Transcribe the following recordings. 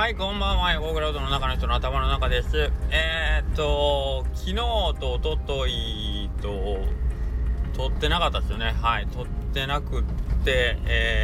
はい、こんばんは。オーグラウドの中の人の頭の中です。昨日と一昨日と撮ってなかったですよね。はい、撮ってなくって、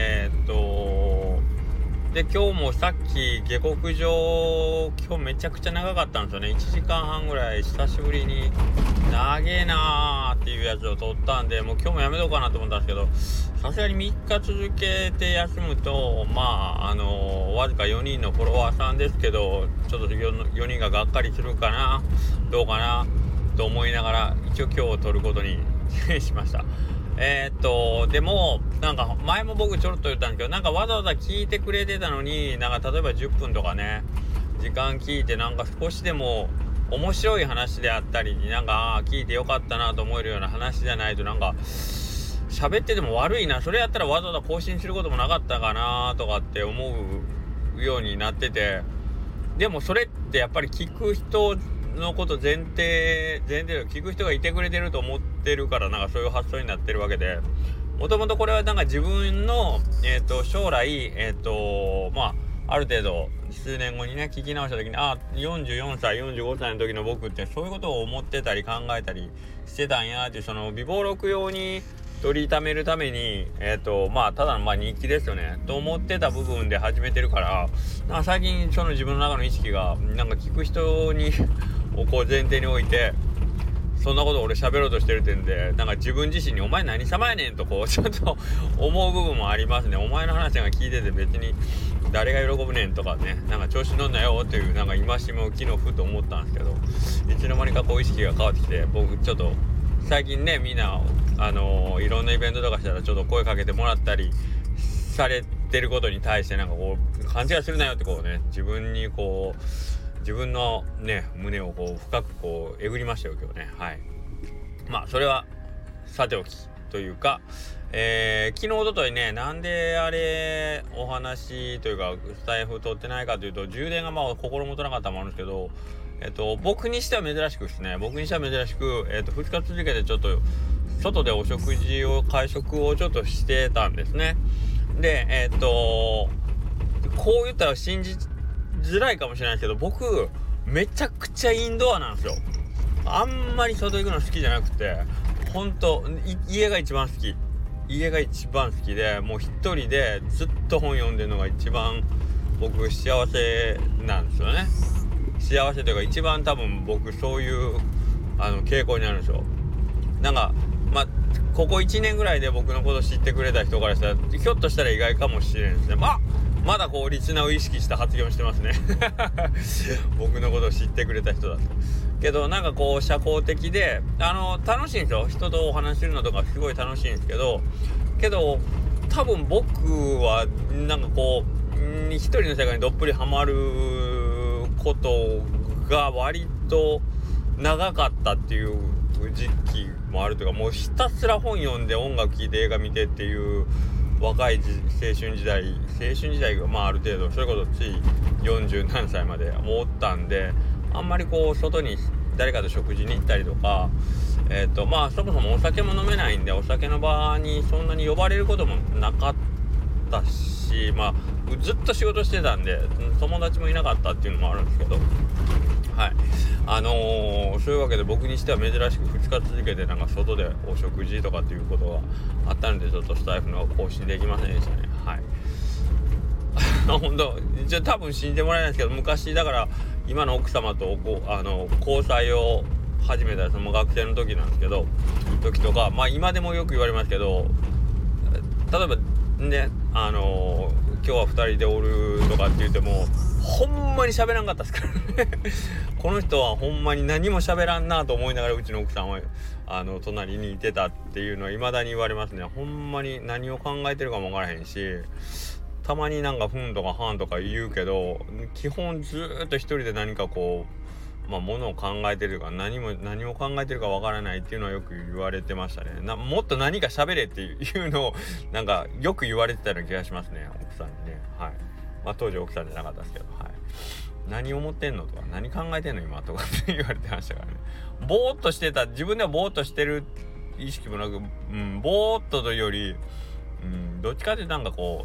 で、今日もさっき下克上、今日めちゃくちゃ長かったんですよね。1時間半ぐらい久しぶりに長えなーっていうやつを撮ったんで、もう今日もやめとこうかなと思ったんですけど、さすがに3日続けて休むと、わずか4人のフォロワーさんですけど、ちょっと 4人ががっかりするかな、どうかなと思いながら、一応今日撮ることにしました。でもなんか前も僕ちょろっと言ったんですけど、なんかわざわざ聞いてくれてたのに、なんか例えば10分とかね時間聞いて、なんか少しでも面白い話であったりに、なんか聞いてよかったなと思えるような話じゃないと、なんか喋ってても悪いな、それやったらわざわざ更新することもなかったかなとかって思うようになってて、でもそれってやっぱり聞く人のこと前提で聞く人がいてくれてると思ってるから、なんかそういう発想になってるわけで、もともとこれはなんか自分の、将来ある程度数年後にね聞き直した時に、44歳45歳の時の僕ってそういうことを思ってたり考えたりしてたんやっていう、その備忘録用に取りためるためにただの日記ですよねと思ってた部分で始めてるから、なんか最近その自分の中の意識がなんか聞く人にをこう前提に置いて、そんなこと俺喋ろうとしてる点で、なんか自分自身にお前何様やねんとこうちょっと思う部分もありますね。お前の話が聞いてて別に誰が喜ぶねんとかね、なんか調子乗んなよっていうなんか戒めを昨日ふと思ったんですけど、いつの間にかこう意識が変わってきて、僕ちょっと最近ねみんないろんなイベントとかしたらちょっと声かけてもらったりされてることに対して、なんかこう勘違いするなよってこうね、自分にこう自分のね胸をこう深くこうえぐりましたよ今日ね。はい、それはさておきというか、昨日おとといね、なんであれお話というかスタイフ撮ってないかというと、充電が心もとなかったものですけど、僕にしては珍しくですね、2日続けてちょっと外で会食をちょっとしてたんですね。でこう言ったら信じづらいかもしれないですけど、僕めちゃくちゃインドアなんですよ。あんまり外行くの好きじゃなくて、家が一番好きで、もう一人でずっと本読んでるのが一番僕幸せなんですよね。幸せというか一番多分僕そういう傾向にあるんですよ。なんかここ1年ぐらいで僕のこと知ってくれた人からしたらひょっとしたら意外かもしれないですね。まだこうリスナーを意識した発言をしてますね僕のことを知ってくれた人だと。けどなんかこう社交的で楽しいんですよ。人とお話しするのとかすごい楽しいんですけど多分僕はなんかこう一人の世界にどっぷりハマることが割と長かったっていう時期もあるというか、もうひたすら本読んで音楽聴いて映画見てっていう若い青春時代がある程度それこそつい40何歳まで思ったんで、あんまりこう外に誰かと食事に行ったりとか、そもそもお酒も飲めないんで、お酒の場にそんなに呼ばれることもなかったし、ずっと仕事してたんで友達もいなかったっていうのもあるんですけど、はい、そういうわけで僕にしては珍しく2日続けてなんか外でお食事とかっていうことがあったので、ちょっとスタイフの更新できませんでしたね。はい本当多分信じてもらえないですけど、昔だから今の奥様と交際を始めたその学生の時なんですけど、時とか今でもよく言われますけど、例えばね今日は2人でおるとかって言ってもほんまに喋らんかったですからねこの人はほんまに何も喋らんなと思いながらうちの奥さんは隣にいてたっていうのは未だに言われますね。ほんまに何を考えてるかも分からへんし、たまになんかふんとかはんとか言うけど、基本ずっと一人で何かこうものを考えてるか何を考えてるかわからないっていうのはよく言われてましたね。もっと何か喋れっていうのをなんかよく言われてたような気がしますね、奥さんにね。はい。当時奥さんじゃなかったですけど、はい。何思ってんのとか何考えてんの今とかって言われてましたからね。ぼーっとしてた、自分ではぼーっとしてる意識もなく、ぼーっとというよりどっちかってなんかこう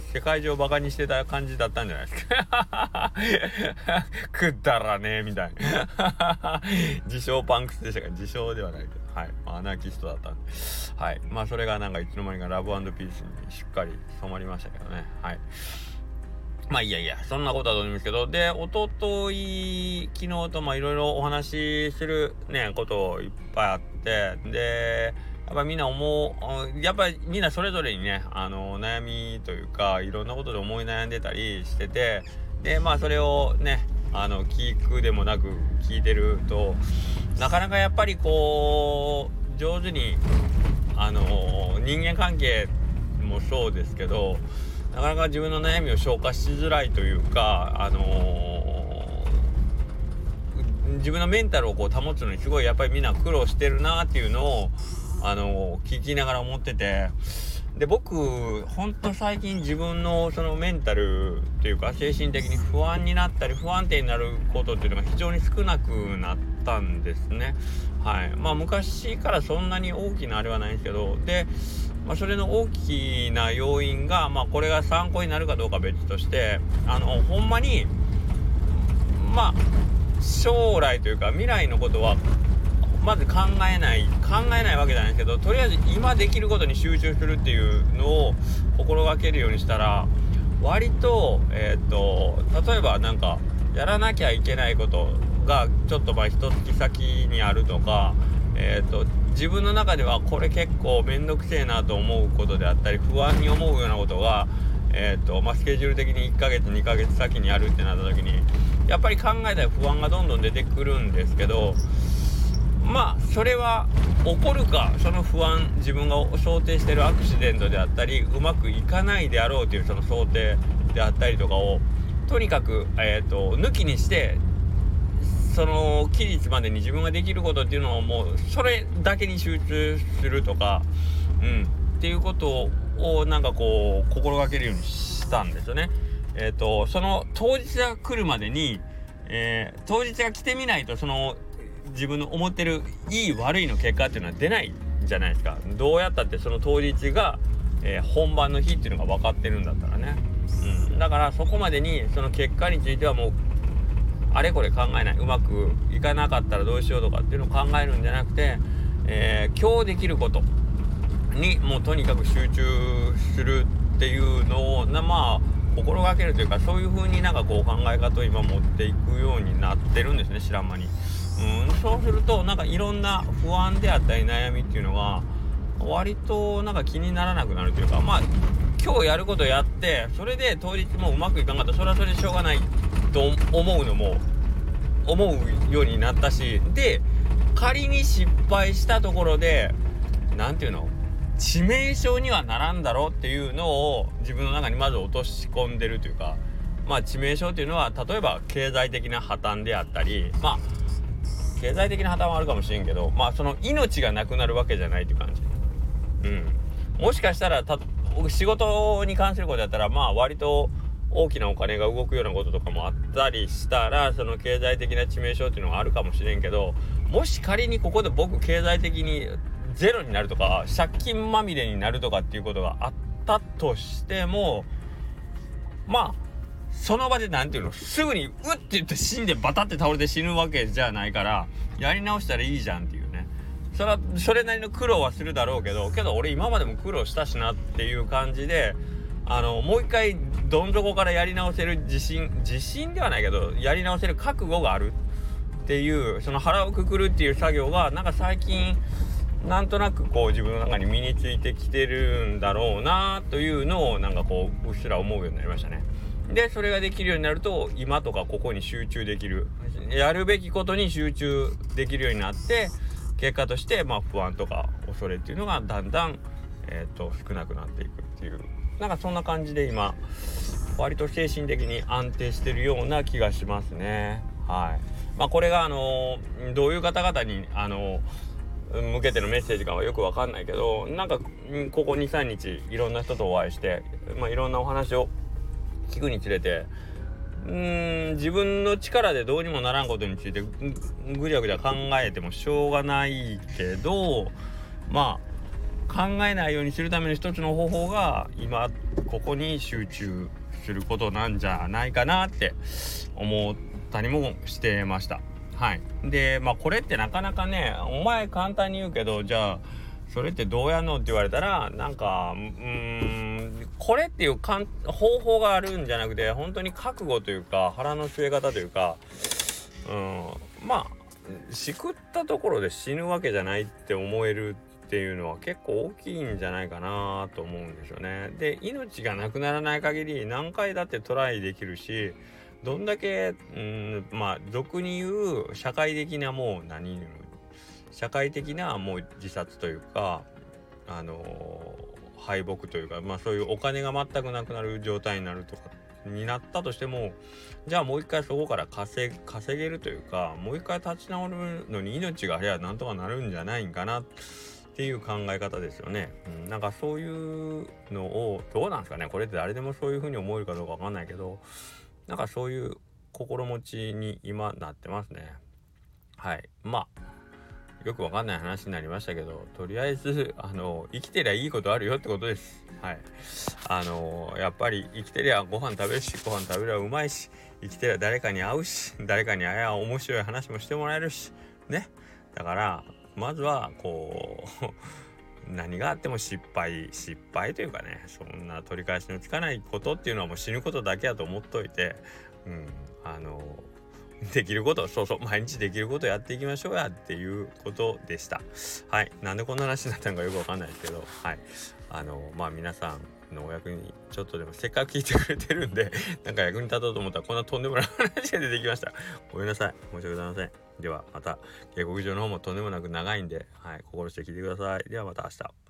世界中をバカにしてた感じだったんじゃないですかくだらねえみたいな自称パンクスでしたから、自称ではないけど、はい、アナーキストだったんで、はい、まあそれがなんかいつの間にかラブ&ピースにしっかり染まりましたけどね。はい、まあいやそんなことはどうでもいいんですけど、で一昨日昨日といろいろお話しするねこといっぱいあって、でやっぱりみんなそれぞれにね悩みというかいろんなことで思い悩んでたりしてて、でまあそれをね聞くでもなく聞いてると、なかなかやっぱりこう上手に人間関係もそうですけど、なかなか自分の悩みを消化しづらいというか、自分のメンタルをこう保つのにすごいやっぱりみんな苦労してるなっていうのを聞きながら思ってて、で僕ほんと最近自分のそのメンタルっていうか精神的に不安になったり不安定になることっていうのが非常に少なくなったんですね。はい、まあ昔からそんなに大きなあれはないんですけど、でそれの大きな要因が、これが参考になるかどうかは別として、ほんまに将来というか未来のことはまず考えないわけじゃないですけど、とりあえず今できることに集中するっていうのを心がけるようにしたら、割と例えばなんかやらなきゃいけないことがちょっと一月先にあるとか、自分の中ではこれ結構めんどくせえなと思うことであったり不安に思うようなことがスケジュール的に1ヶ月2ヶ月先にあるってなった時に、やっぱり考えたら不安がどんどん出てくるんですけど、それは起こるか、その不安自分が想定しているアクシデントであったりうまくいかないであろうというその想定であったりとかをとにかく抜きにして、その期日までに自分ができることっていうのをもうそれだけに集中するとか、っていうことをなんかこう心がけるようにしたんですよね。その当日が来るまでに、当日が来てみないとその自分の思ってるいい悪いの結果っていうのは出ないじゃないですか。どうやったってその当日が、本番の日っていうのが分かってるんだったらね、だからそこまでにその結果についてはもうあれこれ考えない、うまくいかなかったらどうしようとかっていうのを考えるんじゃなくて、今日できることにもうとにかく集中するっていうのを心がけるというか、そういう風になんかこう考え方を今持っていくようになってるんですね、知らん間に。そうするとなんかいろんな不安であったり悩みっていうのが割となんか気にならなくなるというか、今日やることやってそれで当日もうまくいかなかったらそれはそれでしょうがないと思うようになったし、で仮に失敗したところでなんていうの、致命傷にはならんだろうっていうのを自分の中にまず落とし込んでるというか、致命傷っていうのは例えば経済的な破綻であったり、経済的な破綻はあるかもしれんけど、その命がなくなるわけじゃないっていう感じ。もしかしたら仕事に関することだったら割と大きなお金が動くようなこととかもあったりしたら、その経済的な致命傷っていうのはあるかもしれんけど、もし仮にここで僕経済的にゼロになるとか借金まみれになるとかっていうことがあったとしても、その場でなんていうの、すぐにうって言って死んでバタって倒れて死ぬわけじゃないから、やり直したらいいじゃんっていうね。それなりの苦労はするだろうけど俺今までも苦労したしなっていう感じで、もう一回どん底からやり直せる自信ではないけどやり直せる覚悟があるっていう、その腹をくくるっていう作業がなんか最近なんとなくこう自分の中に身についてきてるんだろうなというのをなんかこううっすら思うようになりましたね。でそれができるようになると今とかここに集中できる、やるべきことに集中できるようになって、結果として不安とか恐れっていうのがだんだん、少なくなっていくっていう、なんかそんな感じで今割と精神的に安定してるような気がしますね。はい。これがどういう方々に向けてのメッセージかはよくわかんないけど、なんかここ 2,3 日いろんな人とお会いして、いろんなお話を聞くにつれて、自分の力でどうにもならんことについてぐちゃぐちゃ考えてもしょうがないけど、 考えないようにするための一つの方法が今ここに集中することなんじゃないかなって思ったりもしてました。はい。でこれってなかなかね、お前簡単に言うけど、じゃあそれってどうやんのって言われたら、なんかこれっていう方法があるんじゃなくて、本当に覚悟というか腹の据え方というか、しくったところで死ぬわけじゃないって思えるっていうのは結構大きいんじゃないかなと思うんですよね。で、命がなくならない限り何回だってトライできるし、どんだけ俗に言う社会的な社会的なもう自殺というか敗北というか、そういうお金が全くなくなる状態になるとかになったとしても、じゃあもう一回そこから稼げるというか、もう一回立ち直るのに命がありゃなんとかなるんじゃないんかなっていう考え方ですよね。なんかそういうのをどうなんですかね、これって誰でもそういう風に思えるかどうかわかんないけど、なんかそういう心持ちに今なってますね。はい。よくわかんない話になりましたけど、とりあえず生きてりゃいいことあるよってことです。はい。やっぱり生きてりゃご飯食べるし、ご飯食べりゃうまいし、生きてりゃ誰かに会うし、誰かに会えば面白い話もしてもらえるしね。だからまずはこう何があっても失敗というかね、そんな取り返しのつかないことっていうのはもう死ぬことだけだと思っといて、できること、毎日できることやっていきましょうやっていうことでした。はい。なんでこんな話になったのかよくわかんないですけど、はい。皆さんのお役にちょっとでもせっかく聞いてくれてるんでなんか役に立とうと思ったらこんなとんでもない話が出てきました。ごめんなさい。申し訳ございません。ではまた、下克上の方もとんでもなく長いんで、はい、心して聞いてください。ではまた明日。